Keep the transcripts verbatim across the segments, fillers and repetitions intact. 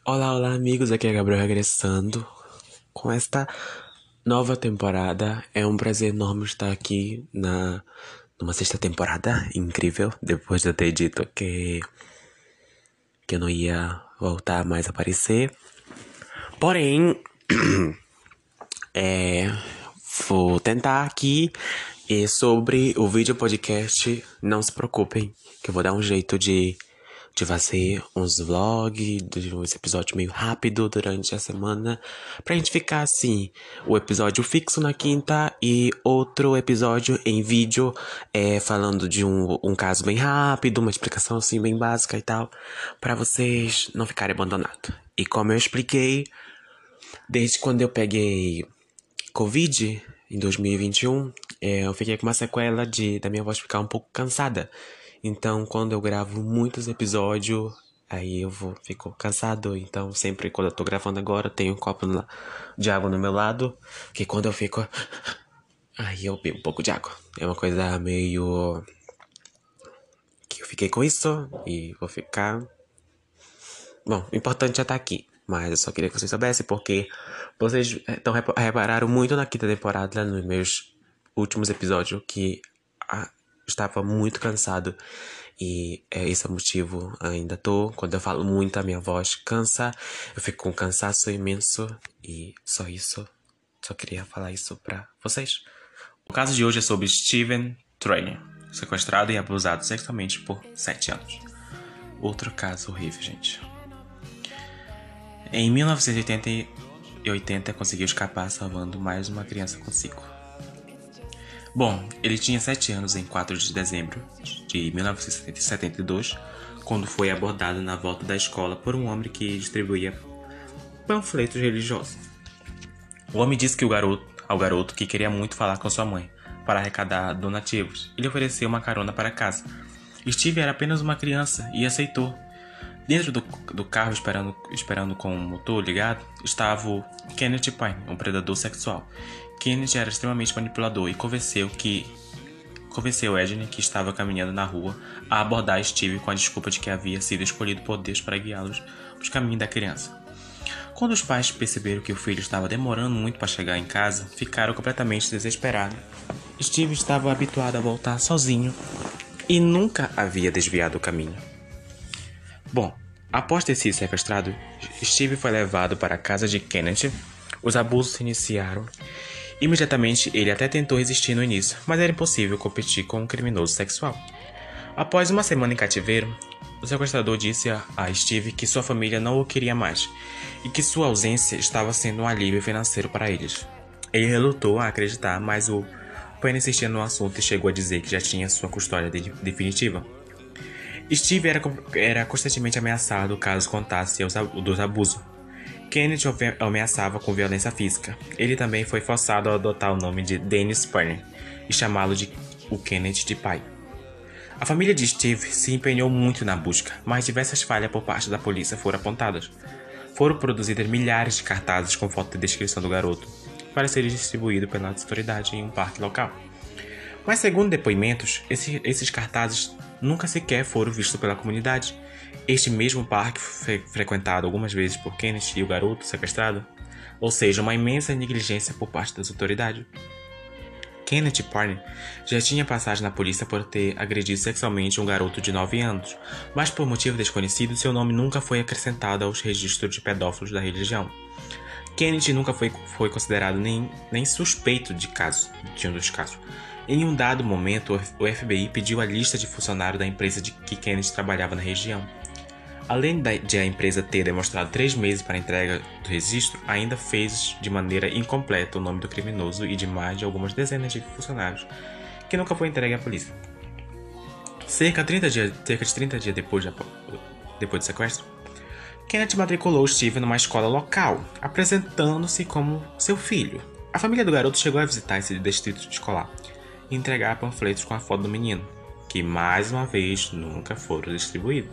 Olá, olá, amigos. Aqui é Gabriel regressando com esta nova temporada. É um prazer enorme estar aqui na numa sexta temporada incrível. Depois de eu ter dito que que eu não ia voltar mais a aparecer. Porém, é, vou tentar aqui. E sobre o vídeo podcast, não se preocupem, que eu vou dar um jeito de, de fazer uns vlogs, de uns episódios meio rápido durante a semana, pra gente ficar assim, o episódio fixo na quinta e outro episódio em vídeo, é, falando de um, um caso bem rápido, uma explicação assim bem básica e tal, pra vocês não ficarem abandonados. E como eu expliquei, desde quando eu peguei Covid em dois mil e vinte e um, é, eu fiquei com uma sequela de da minha voz ficar um pouco cansada. Então, quando eu gravo muitos episódios, aí eu vou fico cansado. Então, sempre quando eu tô gravando agora, eu tenho um copo no- de água no meu lado, que quando eu fico, aí eu bebo um pouco de água. É uma coisa meio que eu fiquei com isso e vou ficar. Bom, o importante já tá aqui. Mas eu só queria que vocês soubessem, porque vocês então, repararam muito na quinta temporada, nos meus últimos episódios, que ah, estava muito cansado. E é, esse é o motivo, ainda tô. Quando eu falo muito, a minha voz cansa. Eu fico com um cansaço imenso. E só isso. Só queria falar isso pra vocês. O caso de hoje é sobre Steven Trainer, sequestrado e abusado sexualmente por sete anos. Outro caso horrível, gente. Em mil novecentos e oitenta conseguiu escapar salvando mais uma criança consigo. Bom, ele tinha sete anos em quatro de dezembro de mil novecentos e setenta e dois, quando foi abordado na volta da escola por um homem que distribuía panfletos religiosos. O homem disse que o garoto, ao garoto que queria muito falar com sua mãe para arrecadar donativos e lhe ofereceu uma carona para casa. Steve era apenas uma criança e aceitou. Dentro do, do carro, esperando, esperando com o motor ligado, estava o Kenneth Pine, um predador sexual. Kenneth era extremamente manipulador e convenceu que convenceu Edna, que estava caminhando na rua, a abordar Steve com a desculpa de que havia sido escolhido por Deus para guiá-los nos caminhos da criança. Quando os pais perceberam que o filho estava demorando muito para chegar em casa, ficaram completamente desesperados. Steve estava habituado a voltar sozinho e nunca havia desviado o caminho. Bom, após ter sido sequestrado, Steve foi levado para a casa de Kenneth. Os abusos se iniciaram. Imediatamente, ele até tentou resistir no início, mas era impossível competir com um criminoso sexual. Após uma semana em cativeiro, o sequestrador disse a Steve que sua família não o queria mais e que sua ausência estava sendo um alívio financeiro para eles. Ele relutou a acreditar, mas o Penn insistia no assunto e chegou a dizer que já tinha sua custódia de definitiva. Steve era, era constantemente ameaçado caso contasse os, dos abusos. Kenneth o ameaçava com violência física. Ele também foi forçado a adotar o nome de Dennis Purner e chamá-lo de o Kenneth de pai. A família de Steve se empenhou muito na busca, mas diversas falhas por parte da polícia foram apontadas. Foram produzidas milhares de cartazes com foto e descrição do garoto, para serem distribuídos pelas autoridades em um parque local. Mas segundo depoimentos, esse, esses cartazes nunca sequer foram vistos pela comunidade. Este mesmo parque foi frequentado algumas vezes por Kenneth e o garoto sequestrado, ou seja, uma imensa negligência por parte das autoridades. Kenneth Parney já tinha passagem na polícia por ter agredido sexualmente um garoto de nove anos, mas por motivo desconhecido seu nome nunca foi acrescentado aos registros de pedófilos da religião. Kenneth nunca foi, foi considerado nem, nem suspeito de caso, de um dos casos. Em um dado momento, o F B I pediu a lista de funcionários da empresa de que Kenneth trabalhava na região. Além de a empresa ter demonstrado três meses para a entrega do registro, ainda fez de maneira incompleta o nome do criminoso e de mais de algumas dezenas de funcionários, que nunca foi entregue à polícia. Cerca, trinta dias, cerca de trinta dias depois, de, depois do sequestro, Kenneth matriculou Steve numa escola local, apresentando-se como seu filho. A família do garoto chegou a visitar esse distrito escolar e entregar panfletos com a foto do menino, que mais uma vez nunca foram distribuídos.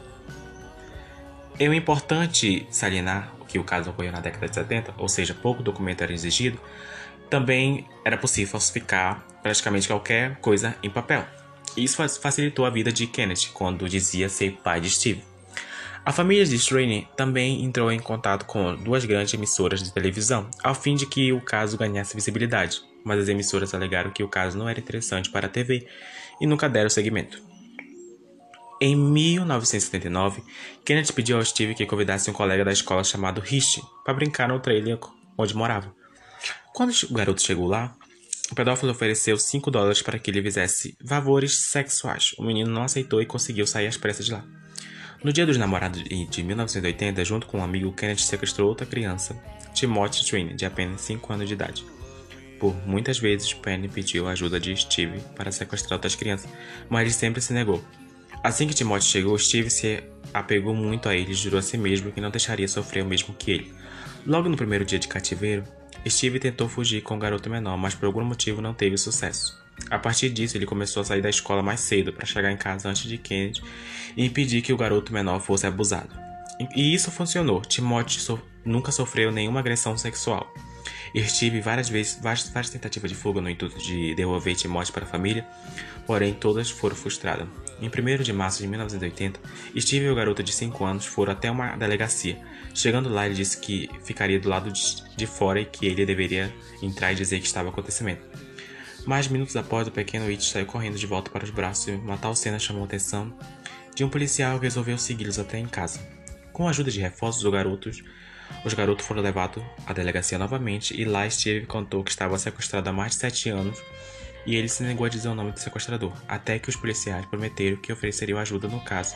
É importante salientar que o caso ocorreu na década de setenta, ou seja, pouco documento era exigido, também era possível falsificar praticamente qualquer coisa em papel. Isso facilitou a vida de Kenneth quando dizia ser pai de Steve. A família de Strine também entrou em contato com duas grandes emissoras de televisão, ao fim de que o caso ganhasse visibilidade, mas as emissoras alegaram que o caso não era interessante para a T V e nunca deram seguimento. Em mil novecentos e setenta e nove, Kennedy pediu ao Steve que convidasse um colega da escola chamado Rich para brincar no trailer onde morava. Quando o garoto chegou lá, o pedófilo ofereceu cinco dólares para que ele fizesse favores sexuais. O menino não aceitou e conseguiu sair às pressas de lá. No dia dos namorados de mil novecentos e oitenta, junto com um amigo, Kennedy sequestrou outra criança, Timothy Strine, de apenas cinco anos de idade. Por muitas vezes, Penny pediu a ajuda de Steve para sequestrar outras crianças, mas ele sempre se negou. Assim que Timothy chegou, Steve se apegou muito a ele e jurou a si mesmo que não deixaria sofrer o mesmo que ele. Logo no primeiro dia de cativeiro, Steve tentou fugir com o garoto menor, mas por algum motivo não teve sucesso. A partir disso, ele começou a sair da escola mais cedo para chegar em casa antes de Kennedy e impedir que o garoto menor fosse abusado. E isso funcionou. Timothy so- nunca sofreu nenhuma agressão sexual. E Steve várias vezes, várias, várias tentativas de fuga no intuito de devolver Timothy para a família, porém todas foram frustradas. Em primeiro de março de mil novecentos e oitenta, Steve e o garoto de cinco anos foram até uma delegacia. Chegando lá, ele disse que ficaria do lado de, de fora e que ele deveria entrar e dizer que estava acontecendo. Mas minutos após, o pequeno Rich saiu correndo de volta para os braços e uma tal cena chamou a atenção de um policial que resolveu segui-los até em casa. Com a ajuda de reforços, os garotos, os garotos foram levados à delegacia novamente e lá Steve contou que estava sequestrado há mais de sete anos e ele se negou a dizer o nome do sequestrador, até que os policiais prometeram que ofereceriam ajuda no caso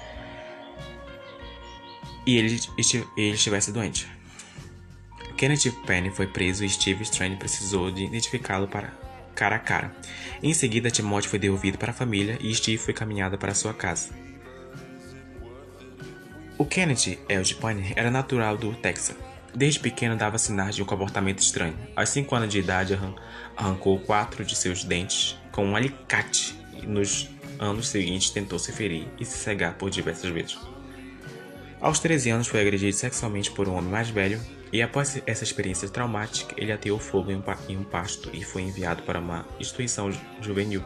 e ele, ele estivesse doente. Kennedy Penny foi preso e Steve Strine precisou de identificá-lo para cara a cara. Em seguida, Timothy foi devolvido para a família e Steve foi caminhado para sua casa. O Kennedy Elge Penny era natural do Texas. Desde pequeno dava sinais de um comportamento estranho. Aos cinco anos de idade, arrancou quatro de seus dentes com um alicate e nos anos seguintes tentou se ferir e se cegar por diversas vezes. Aos treze anos foi agredido sexualmente por um homem mais velho e após essa experiência traumática, ele ateou fogo em um, em um pasto e foi enviado para uma instituição juvenil.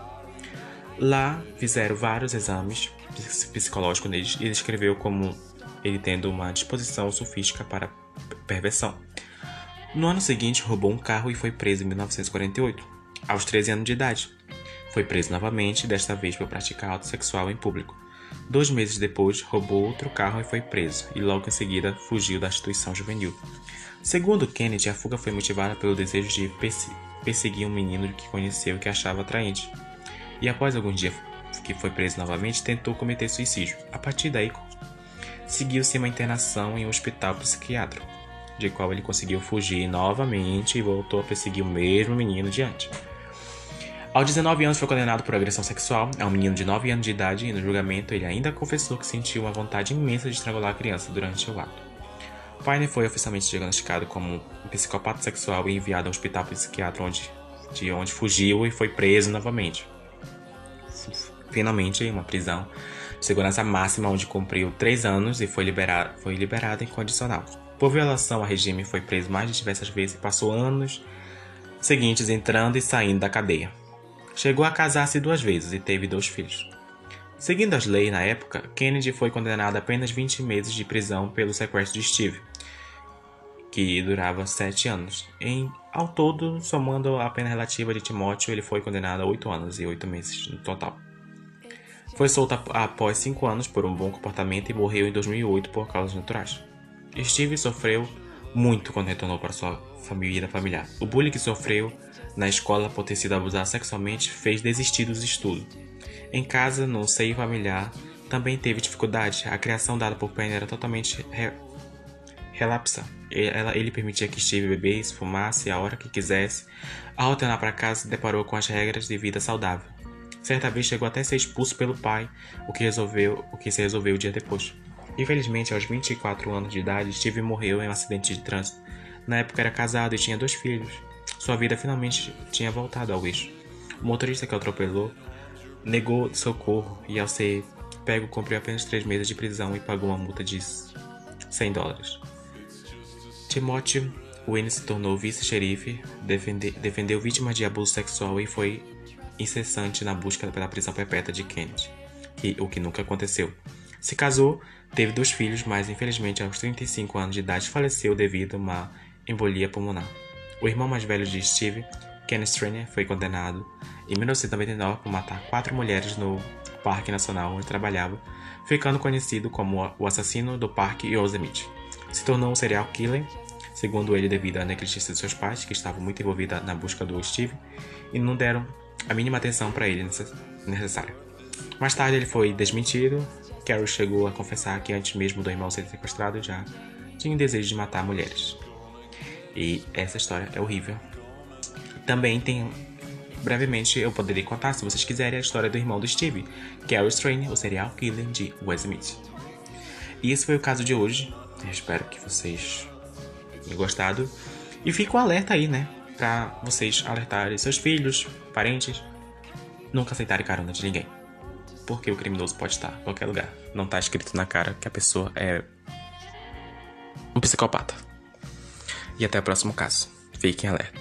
Lá fizeram vários exames psicológicos nele e descreveu como ele tendo uma disposição sofística para perversão. No ano seguinte, roubou um carro e foi preso em mil novecentos e quarenta e oito, aos treze anos de idade. Foi preso novamente, desta vez por praticar ato sexual em público. Dois meses depois, roubou outro carro e foi preso, e logo em seguida fugiu da instituição juvenil. Segundo Kennedy, a fuga foi motivada pelo desejo de perseguir um menino que conheceu e que achava atraente. E após alguns dias que foi preso novamente, tentou cometer suicídio. A partir daí, seguiu-se uma internação em um hospital psiquiátrico, de qual ele conseguiu fugir novamente e voltou a perseguir o mesmo menino diante. Aos dezenove anos foi condenado por agressão sexual a um menino de nove anos de idade e no julgamento ele ainda confessou que sentiu uma vontade imensa de estrangular a criança durante o ato. Penny foi oficialmente diagnosticado como um psicopata sexual e enviado ao hospital psiquiátrico onde, de onde fugiu e foi preso novamente. Finalmente, em uma prisão de segurança máxima onde cumpriu três anos e foi liberado, foi liberado em condicional. Por violação ao regime foi preso mais de diversas vezes e passou anos seguintes entrando e saindo da cadeia. Chegou a casar-se duas vezes e teve dois filhos. Seguindo as leis na época, Kennedy foi condenado a apenas vinte meses de prisão pelo sequestro de Steve, que durava sete anos. Em, ao todo, somando a pena relativa de Timóteo, ele foi condenado a oito anos e oito meses no total. Foi solto após cinco anos por um bom comportamento e morreu em dois mil e oito por causas naturais. Steve sofreu muito quando retornou para sua família familiar. O bullying que sofreu na escola por ter sido abusado sexualmente fez desistir dos estudos. Em casa, no seio familiar, também teve dificuldade. A criação dada por Penny era totalmente re... relapsa. Ele, ele permitia que Steve bebesse, fumasse a hora que quisesse. Ao retornar para casa, se deparou com as regras de vida saudável. Certa vez chegou até a ser expulso pelo pai, o que, resolveu, o que se resolveu o dia depois. Infelizmente, aos vinte e quatro anos de idade, Steve morreu em um acidente de trânsito. Na época era casado e tinha dois filhos. Sua vida finalmente tinha voltado ao eixo. O motorista que o atropelou negou socorro e, ao ser pego, cumpriu apenas três meses de prisão e pagou uma multa de cem dólares. Timothy Wayne se tornou vice-xerife, defende, defendeu vítimas de abuso sexual e foi incessante na busca pela prisão perpétua de Kennedy, que, o que nunca aconteceu. Se casou, teve dois filhos, mas infelizmente aos trinta e cinco anos de idade faleceu devido a uma embolia pulmonar. O irmão mais velho de Steve, Ken Strainer, foi condenado em mil novecentos e noventa e nove por matar quatro mulheres no Parque Nacional onde trabalhava, ficando conhecido como o assassino do Parque Yosemite. Se tornou um serial killer, segundo ele, devido à negligência de seus pais, que estavam muito envolvidos na busca do Steve e não deram a mínima atenção para ele necessária. Mais tarde ele foi desmentido. Carol chegou a confessar que antes mesmo do irmão ser sequestrado já tinha o desejo de matar mulheres. E essa história é horrível. Também tem, brevemente eu poderia contar, se vocês quiserem, a história do irmão do Steve, Carol Strainer, o serial killer de Yosemite. E esse foi o caso de hoje. Eu espero que vocês tenham gostado. E fica um alerta aí, né? Pra vocês alertarem seus filhos, parentes, nunca aceitarem carona de ninguém. Porque o criminoso pode estar em qualquer lugar. Não tá escrito na cara que a pessoa é um psicopata. E até o próximo caso. Fiquem alerta.